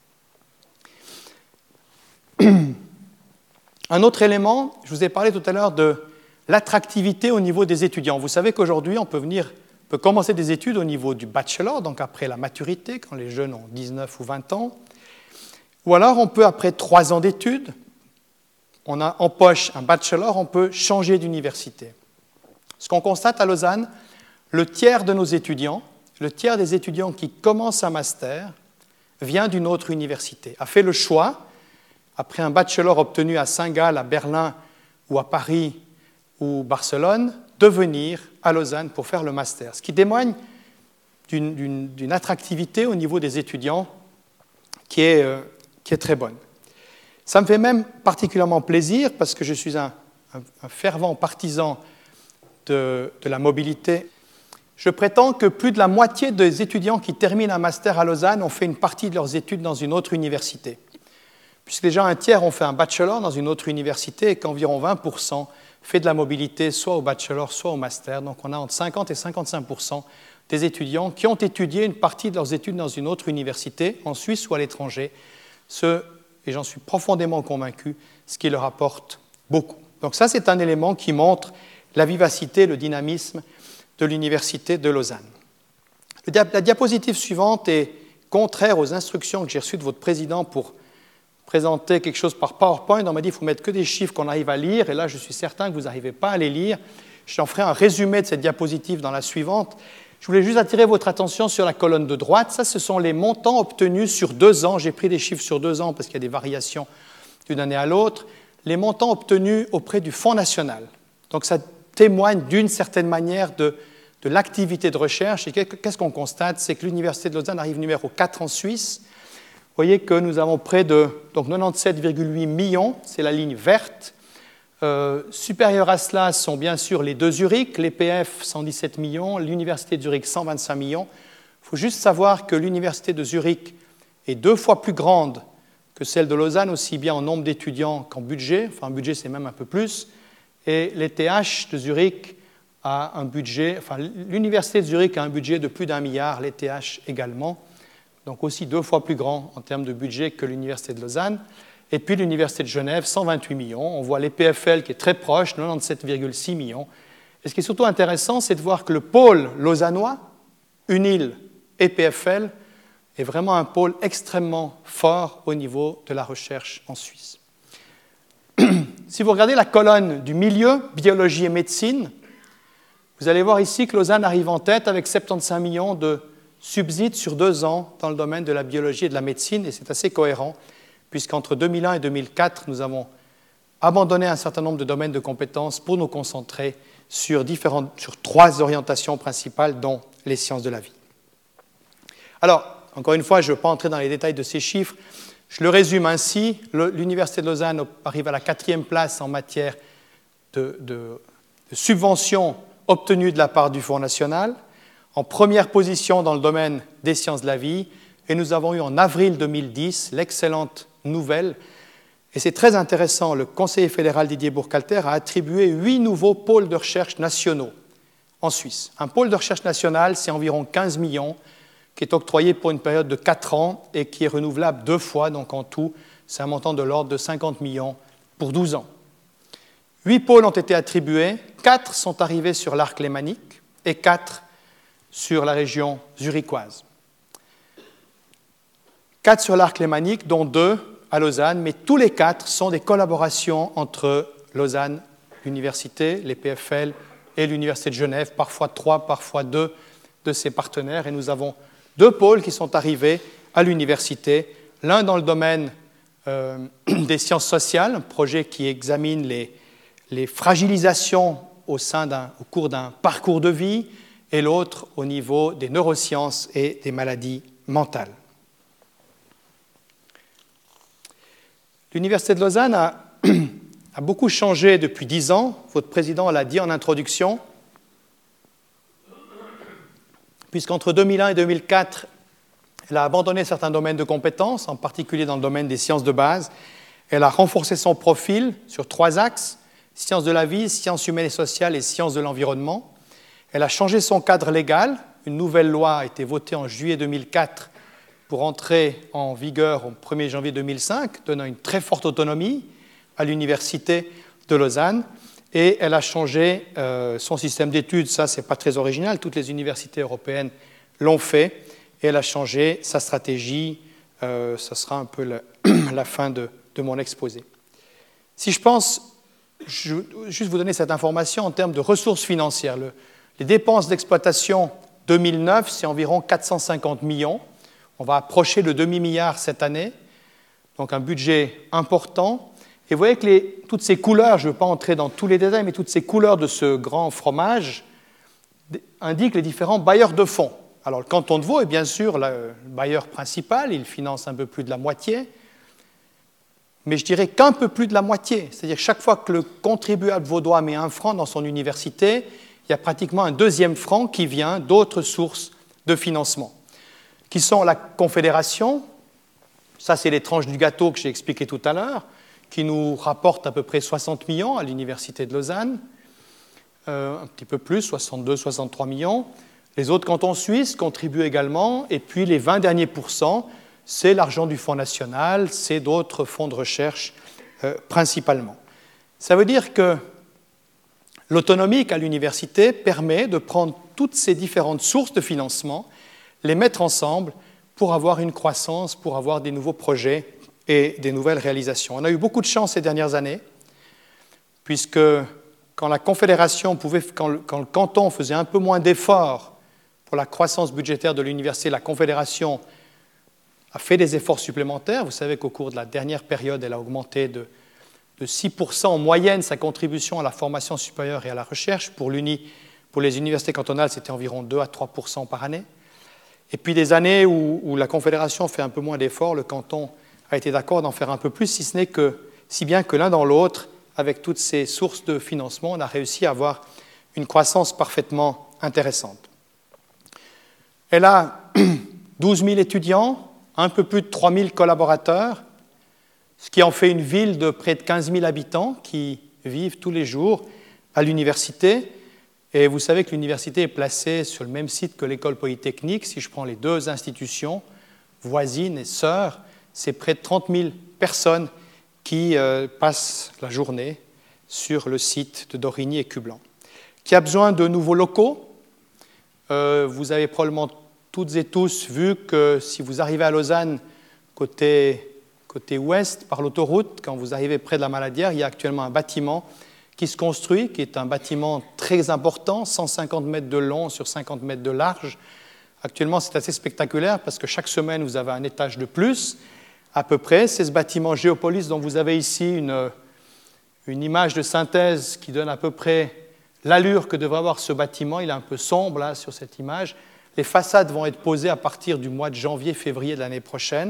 Un autre élément, je vous ai parlé tout à l'heure de l'attractivité au niveau des étudiants. Vous savez qu'aujourd'hui, on peut commencer des études au niveau du bachelor, donc après la maturité, quand les jeunes ont 19 ou 20 ans. Ou alors, on peut, après 3 ans d'études, on a en poche un bachelor, on peut changer d'université. Ce qu'on constate à Lausanne, le tiers de nos étudiants, le tiers des étudiants qui commencent un master, vient d'une autre université, a fait le choix, après un bachelor obtenu à Saint-Gall, à Berlin ou à Paris ou Barcelone, de venir à Lausanne pour faire le master, ce qui témoigne d'une attractivité au niveau des étudiants qui est très bonne. Ça me fait même particulièrement plaisir parce que je suis un fervent partisan de la mobilité. Je prétends que plus de la moitié des étudiants qui terminent un master à Lausanne ont fait une partie de leurs études dans une autre université, puisque déjà un tiers ont fait un bachelor dans une autre université et qu'environ 20% fait de la mobilité soit au bachelor, soit au master. Donc on a entre 50 et 55% des étudiants qui ont étudié une partie de leurs études dans une autre université, en Suisse ou à l'étranger, et j'en suis profondément convaincu, ce qui leur apporte beaucoup. Donc ça, c'est un élément qui montre la vivacité, le dynamisme de l'Université de Lausanne. La diapositive suivante est contraire aux instructions que j'ai reçues de votre président pour présenter quelque chose par PowerPoint. On m'a dit qu'il faut mettre que des chiffres qu'on arrive à lire, et là je suis certain que vous n'arrivez pas à les lire. J'en ferai un résumé de cette diapositive dans la suivante. Je voulais juste attirer votre attention sur la colonne de droite. Ça, ce sont les montants obtenus sur 2 ans. J'ai pris des chiffres sur 2 ans parce qu'il y a des variations d'une année à l'autre. Les montants obtenus auprès du Fonds national. Donc ça témoigne d'une certaine manière de l'activité de recherche. Et qu'est-ce qu'on constate? C'est que l'Université de Lausanne arrive numéro 4 en Suisse. Vous voyez que nous avons près de 97,8 millions, c'est la ligne verte. Supérieurs à cela sont bien sûr les 2 Zurich, l'EPF 117 millions, l'Université de Zurich 125 millions. Il faut juste savoir que l'Université de Zurich est 2 fois plus grande que celle de Lausanne, aussi bien en nombre d'étudiants qu'en budget. Enfin, en budget, c'est même un peu plus. Et l'ETH de Zurich a un budget, enfin, l'Université de Zurich a un budget de plus d'1 milliard, l'ETH également. Donc aussi 2 fois plus grand en termes de budget que l'Université de Lausanne. Et puis l'Université de Genève, 128 millions. On voit l'EPFL qui est très proche, 97,6 millions. Et ce qui est surtout intéressant, c'est de voir que le pôle lausannois, UNIL, EPFL, est vraiment un pôle extrêmement fort au niveau de la recherche en Suisse. Si vous regardez la colonne du milieu, biologie et médecine, vous allez voir ici que Lausanne arrive en tête avec 75 millions de subsides sur 2 ans dans le domaine de la biologie et de la médecine, et c'est assez cohérent, puisqu'entre 2001 et 2004, nous avons abandonné un certain nombre de domaines de compétences pour nous concentrer sur 3 orientations principales, dont les sciences de la vie. Alors, encore une fois, je ne veux pas entrer dans les détails de ces chiffres. Je le résume ainsi. L'Université de Lausanne arrive à la 4e place en matière de subventions obtenues de la part du Fonds national, en première position dans le domaine des sciences de la vie, et nous avons eu en avril 2010 l'excellente nouvelle, et c'est très intéressant, le conseiller fédéral Didier Burkhalter a attribué 8 nouveaux pôles de recherche nationaux en Suisse. Un pôle de recherche national, c'est environ 15 millions, qui est octroyé pour une période de 4 ans et qui est renouvelable 2 fois, donc en tout, c'est un montant de l'ordre de 50 millions pour 12 ans. 8 pôles ont été attribués, 4 sont arrivés sur l'arc lémanique et 4 sur la région zurichoise. 4 sur l'arc lémanique, dont 2 à Lausanne, mais tous les 4 sont des collaborations entre Lausanne, l'université, les PFL et l'Université de Genève, parfois 3, parfois 2 de ses partenaires. Et nous avons 2 pôles qui sont arrivés à l'université, l'un dans le domaine des sciences sociales, un projet qui examine les fragilisations au cours d'un parcours de vie, et l'autre au niveau des neurosciences et des maladies mentales. L'Université de Lausanne a beaucoup changé depuis 10 ans. Votre président l'a dit en introduction, puisqu'entre 2001 et 2004, elle a abandonné certains domaines de compétences, en particulier dans le domaine des sciences de base. Elle a renforcé son profil sur 3 axes, sciences de la vie, sciences humaines et sociales et sciences de l'environnement. Elle a changé son cadre légal. Une nouvelle loi a été votée en juillet 2004 pour entrer en vigueur au 1er janvier 2005, donnant une très forte autonomie à l'Université de Lausanne. Et elle a changé son système d'études. Ça, ce n'est pas très original. Toutes les universités européennes l'ont fait. Et elle a changé sa stratégie. Ça sera un peu la fin de mon exposé. Si je pense, juste vous donner cette information en termes de ressources financières. Les dépenses d'exploitation 2009, c'est environ 450 millions. On va approcher le demi-milliard cette année, donc un budget important. Et vous voyez que toutes ces couleurs, je ne veux pas entrer dans tous les détails, mais toutes ces couleurs de ce grand fromage indiquent les différents bailleurs de fonds. Alors le canton de Vaud est bien sûr le bailleur principal, il finance un peu plus de la moitié, mais je dirais qu'un peu plus de la moitié. C'est-à-dire que chaque fois que le contribuable vaudois met 1 franc dans son université, il y a pratiquement un 2e franc qui vient d'autres sources de financement, qui sont la Confédération, ça c'est les tranches du gâteau que j'ai expliqué tout à l'heure, qui nous rapporte à peu près 60 millions à l'Université de Lausanne, un petit peu plus, 62, 63 millions. Les autres cantons suisses contribuent également, et puis les 20 derniers pourcents, c'est l'argent du Fonds national, c'est d'autres fonds de recherche principalement. Ça veut dire que L'autonomie qu'a l'université permet de prendre toutes ces différentes sources de financement, les mettre ensemble pour avoir une croissance, pour avoir des nouveaux projets et des nouvelles réalisations. On a eu beaucoup de chance ces dernières années, puisque quand la Confédération quand le canton faisait un peu moins d'efforts pour la croissance budgétaire de l'université, la Confédération a fait des efforts supplémentaires. Vous savez qu'au cours de la dernière période, elle a augmenté de 6% en moyenne sa contribution à la formation supérieure et à la recherche. Pour les universités cantonales, c'était environ 2 à 3% par année. Et puis des années où la Confédération fait un peu moins d'efforts, le canton a été d'accord d'en faire un peu plus, si bien que l'un dans l'autre, avec toutes ces sources de financement, on a réussi à avoir une croissance parfaitement intéressante. Elle a 12 000 étudiants, un peu plus de 3 000 collaborateurs, ce qui en fait une ville de près de 15 000 habitants qui vivent tous les jours à l'université. Et vous savez que l'université est placée sur le même site que l'école polytechnique. Si je prends les deux institutions voisines et sœurs, c'est près de 30 000 personnes qui passent la journée sur le site de Dorigny et Cublan. Qui a besoin de nouveaux locaux. Vous avez probablement toutes et tous vu que si vous arrivez à Lausanne, côté ouest, par l'autoroute, quand vous arrivez près de la Maladière, il y a actuellement un bâtiment qui se construit, qui est un bâtiment très important, 150 mètres de long sur 50 mètres de large. Actuellement, c'est assez spectaculaire parce que chaque semaine, vous avez un étage de plus, à peu près. C'est ce bâtiment Géopolis dont vous avez ici une image de synthèse qui donne à peu près l'allure que devrait avoir ce bâtiment. Il est un peu sombre là, sur cette image. Les façades vont être posées à partir du mois de janvier-février de l'année prochaine.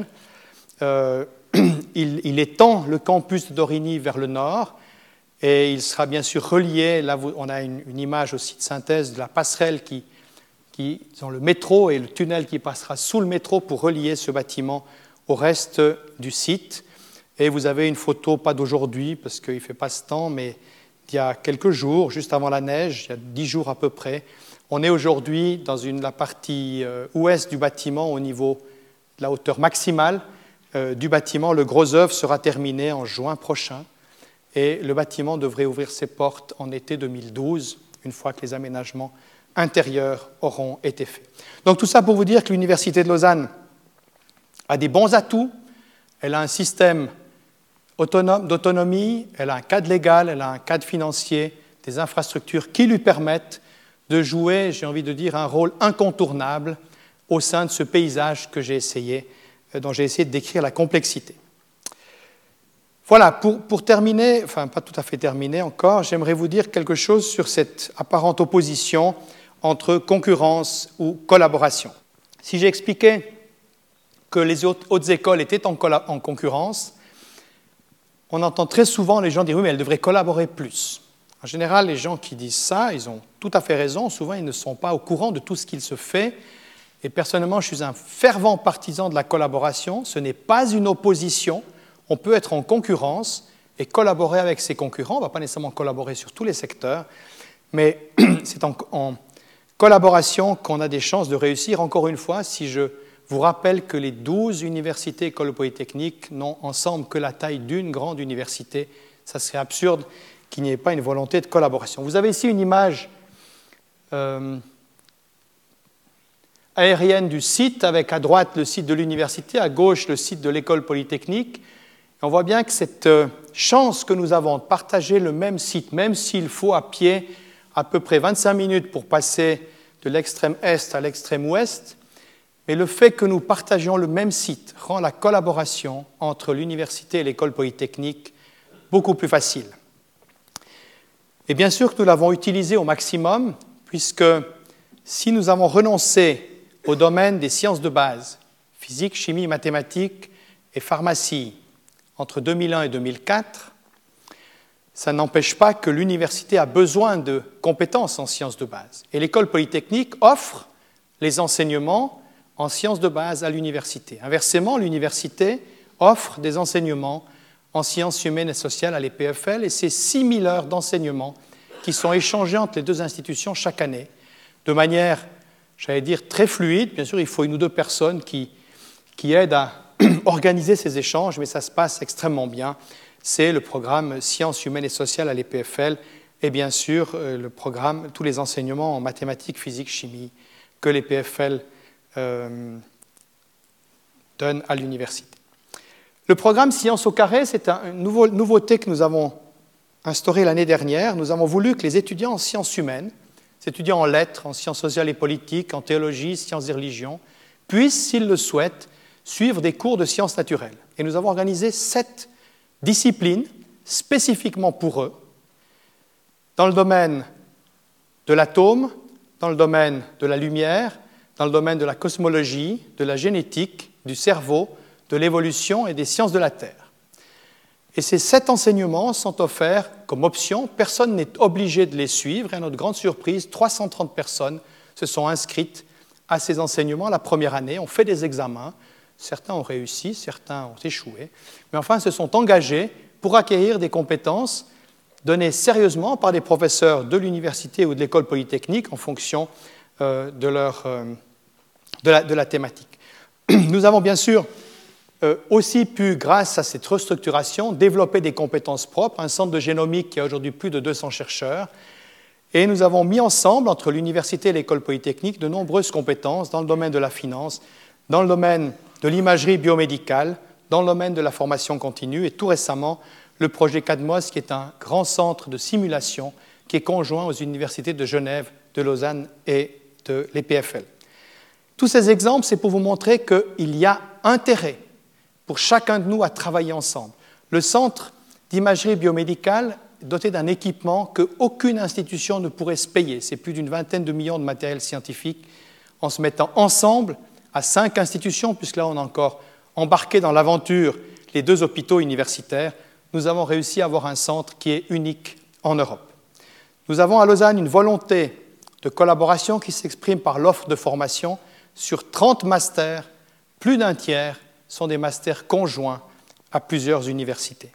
Il étend le campus de Dorigny vers le nord et il sera bien sûr relié. Là, on a une image aussi de synthèse de la passerelle dans le métro et le tunnel qui passera sous le métro pour relier ce bâtiment au reste du site. Et vous avez une photo, pas d'aujourd'hui parce qu'il ne fait pas ce temps, mais il y a quelques jours, juste avant la neige, il y a 10 jours à peu près. On est aujourd'hui dans la partie ouest du bâtiment au niveau de la hauteur maximale du bâtiment. Le gros œuvre sera terminé en juin prochain et le bâtiment devrait ouvrir ses portes en été 2012, une fois que les aménagements intérieurs auront été faits. Donc tout ça pour vous dire que l'Université de Lausanne a des bons atouts. Elle a un système d'autonomie, elle a un cadre légal, elle a un cadre financier, des infrastructures qui lui permettent de jouer, j'ai envie de dire, un rôle incontournable au sein de ce paysage dont j'ai essayé de décrire la complexité. Voilà, pour terminer, enfin pas tout à fait terminer encore, j'aimerais vous dire quelque chose sur cette apparente opposition entre concurrence ou collaboration. Si j'ai expliqué que les hautes écoles étaient en concurrence, on entend très souvent les gens dire « oui, mais elles devraient collaborer plus ». En général, les gens qui disent ça, ils ont tout à fait raison. Souvent, ils ne sont pas au courant de tout ce qu'il se fait. Et personnellement, je suis un fervent partisan de la collaboration. Ce n'est pas une opposition. On peut être en concurrence et collaborer avec ses concurrents. On ne va pas nécessairement collaborer sur tous les secteurs, mais c'est en collaboration qu'on a des chances de réussir. Encore une fois, si je vous rappelle que les 12 universités écoles polytechniques n'ont ensemble que la taille d'une grande université, ça serait absurde qu'il n'y ait pas une volonté de collaboration. Vous avez ici une image aérienne du site, avec à droite le site de l'université, à gauche le site de l'école polytechnique. Et on voit bien que cette chance que nous avons de partager le même site, même s'il faut à pied à peu près 25 minutes pour passer de l'extrême est à l'extrême ouest, mais le fait que nous partagions le même site rend la collaboration entre l'université et l'école polytechnique beaucoup plus facile. Et bien sûr que nous l'avons utilisé au maximum, puisque si nous avons renoncé au domaine des sciences de base, physique, chimie, mathématiques et pharmacie, entre 2001 et 2004, ça n'empêche pas que l'université a besoin de compétences en sciences de base. Et l'école polytechnique offre les enseignements en sciences de base à l'université. Inversement, l'université offre des enseignements en sciences humaines et sociales à l'EPFL, et c'est 6 000 heures d'enseignement qui sont échangées entre les deux institutions chaque année, de manière, j'allais dire, très fluide. Bien sûr, il faut 1 ou 2 personnes qui aident à organiser ces échanges, mais ça se passe extrêmement bien. C'est le programme Sciences humaines et sociales à l'EPFL, et bien sûr le programme, tous les enseignements en mathématiques, physique, chimie que les PFL donnent à l'université. Le programme Sciences au carré, c'est une nouveauté que nous avons instaurée l'année dernière. Nous avons voulu que les étudiants en sciences humaines, les étudiants en lettres, en sciences sociales et politiques, en théologie, sciences et religions, puissent, s'ils le souhaitent, suivre des cours de sciences naturelles. Et nous avons organisé 7 disciplines spécifiquement pour eux, dans le domaine de l'atome, dans le domaine de la lumière, dans le domaine de la cosmologie, de la génétique, du cerveau, de l'évolution et des sciences de la Terre. Et ces 7 enseignements sont offerts comme option. Personne n'est obligé de les suivre. Et à notre grande surprise, 330 personnes se sont inscrites à ces enseignements la première année. On fait des examens. Certains ont réussi, certains ont échoué. Mais enfin, se sont engagés pour acquérir des compétences données sérieusement par des professeurs de l'université ou de l'école polytechnique en fonction de la thématique. Nous avons bien sûr aussi pu, grâce à cette restructuration, développer des compétences propres, un centre de génomique qui a aujourd'hui plus de 200 chercheurs, et nous avons mis ensemble, entre l'université et l'école polytechnique, de nombreuses compétences dans le domaine de la finance, dans le domaine de l'imagerie biomédicale, dans le domaine de la formation continue, et tout récemment, le projet CADMOS, qui est un grand centre de simulation qui est conjoint aux universités de Genève, de Lausanne et de l'EPFL. Tous ces exemples, c'est pour vous montrer qu'il y a intérêt pour chacun de nous à travailler ensemble. Le centre d'imagerie biomédicale est doté d'un équipement qu'aucune institution ne pourrait se payer. C'est plus d'une vingtaine de millions de matériel scientifique. En se mettant ensemble à 5 institutions, puisque là on a encore embarqué dans l'aventure les 2 hôpitaux universitaires, nous avons réussi à avoir un centre qui est unique en Europe. Nous avons à Lausanne une volonté de collaboration qui s'exprime par l'offre de formation sur 30 masters, plus d'un tiers sont des masters conjoints à plusieurs universités.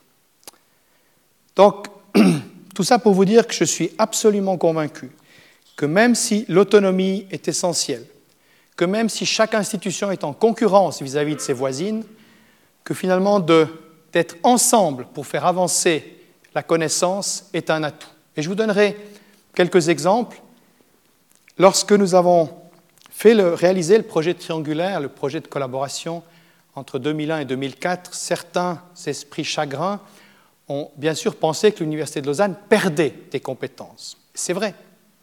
Donc, tout ça pour vous dire que je suis absolument convaincu que même si l'autonomie est essentielle, que même si chaque institution est en concurrence vis-à-vis de ses voisines, que finalement d'être ensemble pour faire avancer la connaissance est un atout. Et je vous donnerai quelques exemples. Lorsque nous avons réalisé le projet triangulaire, le projet de collaboration entre 2001 et 2004, certains esprits chagrins ont bien sûr pensé que l'Université de Lausanne perdait des compétences. C'est vrai.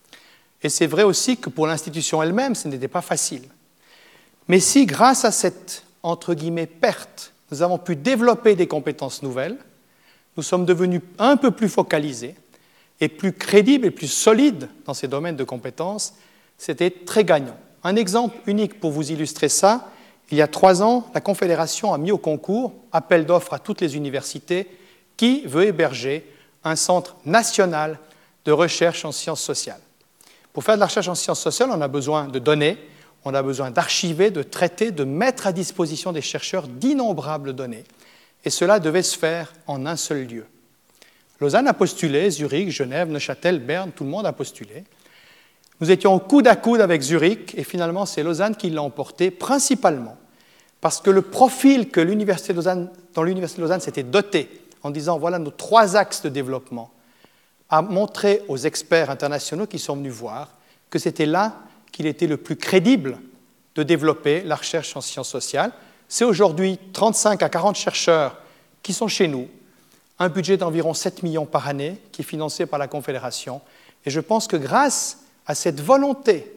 Et c'est vrai aussi que pour l'institution elle-même, ce n'était pas facile. Mais si, grâce à cette, entre guillemets, perte, nous avons pu développer des compétences nouvelles, nous sommes devenus un peu plus focalisés et plus crédibles et plus solides dans ces domaines de compétences, c'était très gagnant. Un exemple unique pour vous illustrer ça, il y a 3 ans, la Confédération a mis au concours, appel d'offres à toutes les universités, qui veut héberger un centre national de recherche en sciences sociales. Pour faire de la recherche en sciences sociales, on a besoin de données, on a besoin d'archiver, de traiter, de mettre à disposition des chercheurs d'innombrables données. Et cela devait se faire en un seul lieu. Lausanne a postulé, Zurich, Genève, Neuchâtel, Berne, tout le monde a postulé. Nous étions au coude à coude avec Zurich, et finalement c'est Lausanne qui l'a emporté, principalement parce que le profil que l'Université de Lausanne, dont l'Université de Lausanne s'était dotée, en disant voilà nos 3 axes de développement, a montré aux experts internationaux qui sont venus voir que c'était là qu'il était le plus crédible de développer la recherche en sciences sociales. C'est aujourd'hui 35 à 40 chercheurs qui sont chez nous, un budget d'environ 7 millions par année qui est financé par la Confédération. Et je pense que grâce à cette volonté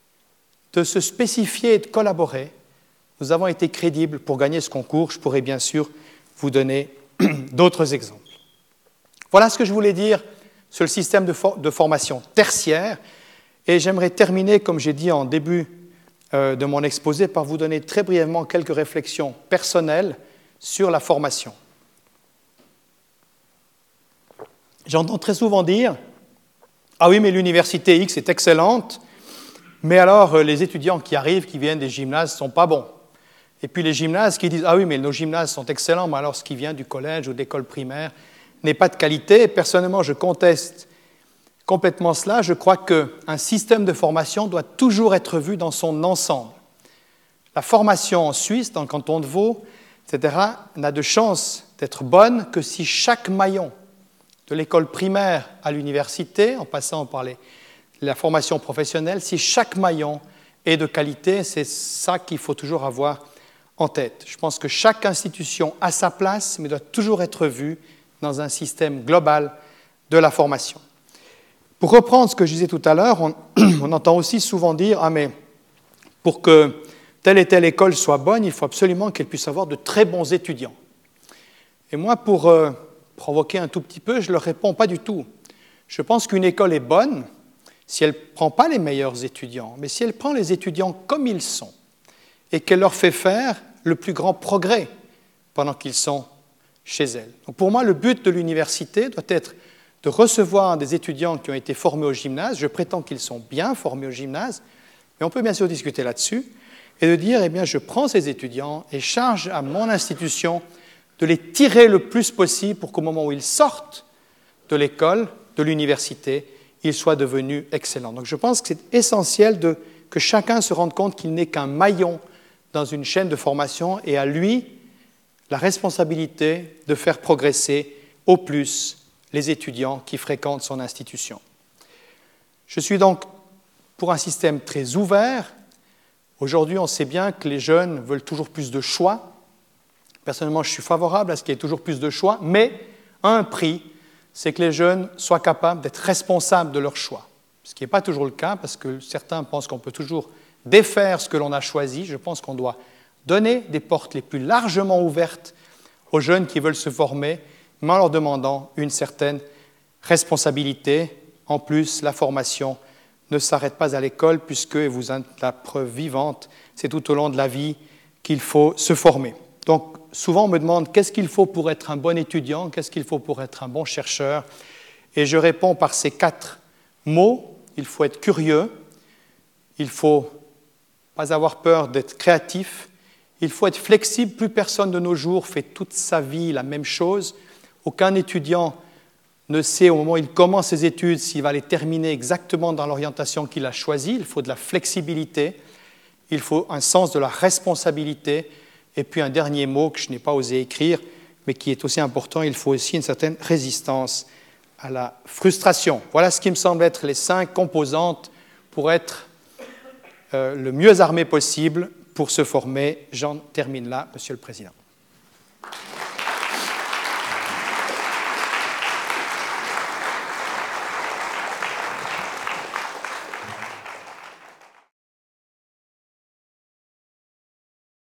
de se spécifier et de collaborer, nous avons été crédibles pour gagner ce concours. Je pourrais bien sûr vous donner d'autres exemples. Voilà ce que je voulais dire sur le système de formation tertiaire. Et j'aimerais terminer, comme j'ai dit en début de mon exposé, par vous donner très brièvement quelques réflexions personnelles sur la formation. J'entends très souvent dire « Ah oui, mais l'université X est excellente, mais alors les étudiants qui arrivent, qui viennent des gymnases, ne sont pas bons. » Et puis les gymnases qui disent « Ah oui, mais nos gymnases sont excellents, mais alors ce qui vient du collège ou de l'école primaire n'est pas de qualité. » Et personnellement, je conteste complètement cela. Je crois qu'un système de formation doit toujours être vu dans son ensemble. La formation en Suisse, dans le canton de Vaud, etc., n'a de chance d'être bonne que si chaque maillon de l'école primaire à l'université, en passant par la formation professionnelle, si chaque maillon est de qualité, c'est ça qu'il faut toujours avoir en tête. Je pense que chaque institution a sa place, mais doit toujours être vue dans un système global de la formation. Pour reprendre ce que je disais tout à l'heure, on entend aussi souvent dire « Ah, mais pour que telle et telle école soit bonne, il faut absolument qu'elle puisse avoir de très bons étudiants. » Et moi, pour provoquer un tout petit peu, je leur réponds « Pas du tout. Je pense qu'une école est bonne si elle ne prend pas les meilleurs étudiants, mais si elle prend les étudiants comme ils sont et qu'elle leur fait faire le plus grand progrès pendant qu'ils sont chez elle. » Donc pour moi, le but de l'université doit être de recevoir des étudiants qui ont été formés au gymnase. Je prétends qu'ils sont bien formés au gymnase, mais on peut bien sûr discuter là-dessus, et de dire, eh bien, je prends ces étudiants et charge à mon institution de les tirer le plus possible pour qu'au moment où ils sortent de l'école, de l'université, ils soient devenus excellents. Donc je pense que c'est essentiel que chacun se rende compte qu'il n'est qu'un maillon dans une chaîne de formation et à lui la responsabilité de faire progresser au plus les étudiants qui fréquentent son institution. Je suis donc pour un système très ouvert. Aujourd'hui, on sait bien que les jeunes veulent toujours plus de choix. Personnellement, je suis favorable à ce qu'il y ait toujours plus de choix, mais à un prix, c'est que les jeunes soient capables d'être responsables de leurs choix. Ce qui n'est pas toujours le cas, parce que certains pensent qu'on peut toujours défaire ce que l'on a choisi. Je pense qu'on doit donner des portes les plus largement ouvertes aux jeunes qui veulent se former, mais en leur demandant une certaine responsabilité. En plus, la formation ne s'arrête pas à l'école, puisque, et vous êtes la preuve vivante, c'est tout au long de la vie qu'il faut se former. Donc, souvent, on me demande qu'est-ce qu'il faut pour être un bon étudiant, qu'est-ce qu'il faut pour être un bon chercheur. Et je réponds par ces 4 mots. Il faut être curieux, il ne faut pas avoir peur d'être créatif, il faut être flexible. Plus personne de nos jours fait toute sa vie la même chose. Aucun étudiant ne sait au moment où il commence ses études s'il va les terminer exactement dans l'orientation qu'il a choisie. Il faut de la flexibilité, il faut un sens de la responsabilité. Et puis un dernier mot que je n'ai pas osé écrire, mais qui est aussi important, il faut aussi une certaine résistance à la frustration. Voilà ce qui me semble être les 5 composantes pour être le mieux armé possible pour se former. J'en termine là, Monsieur le Président.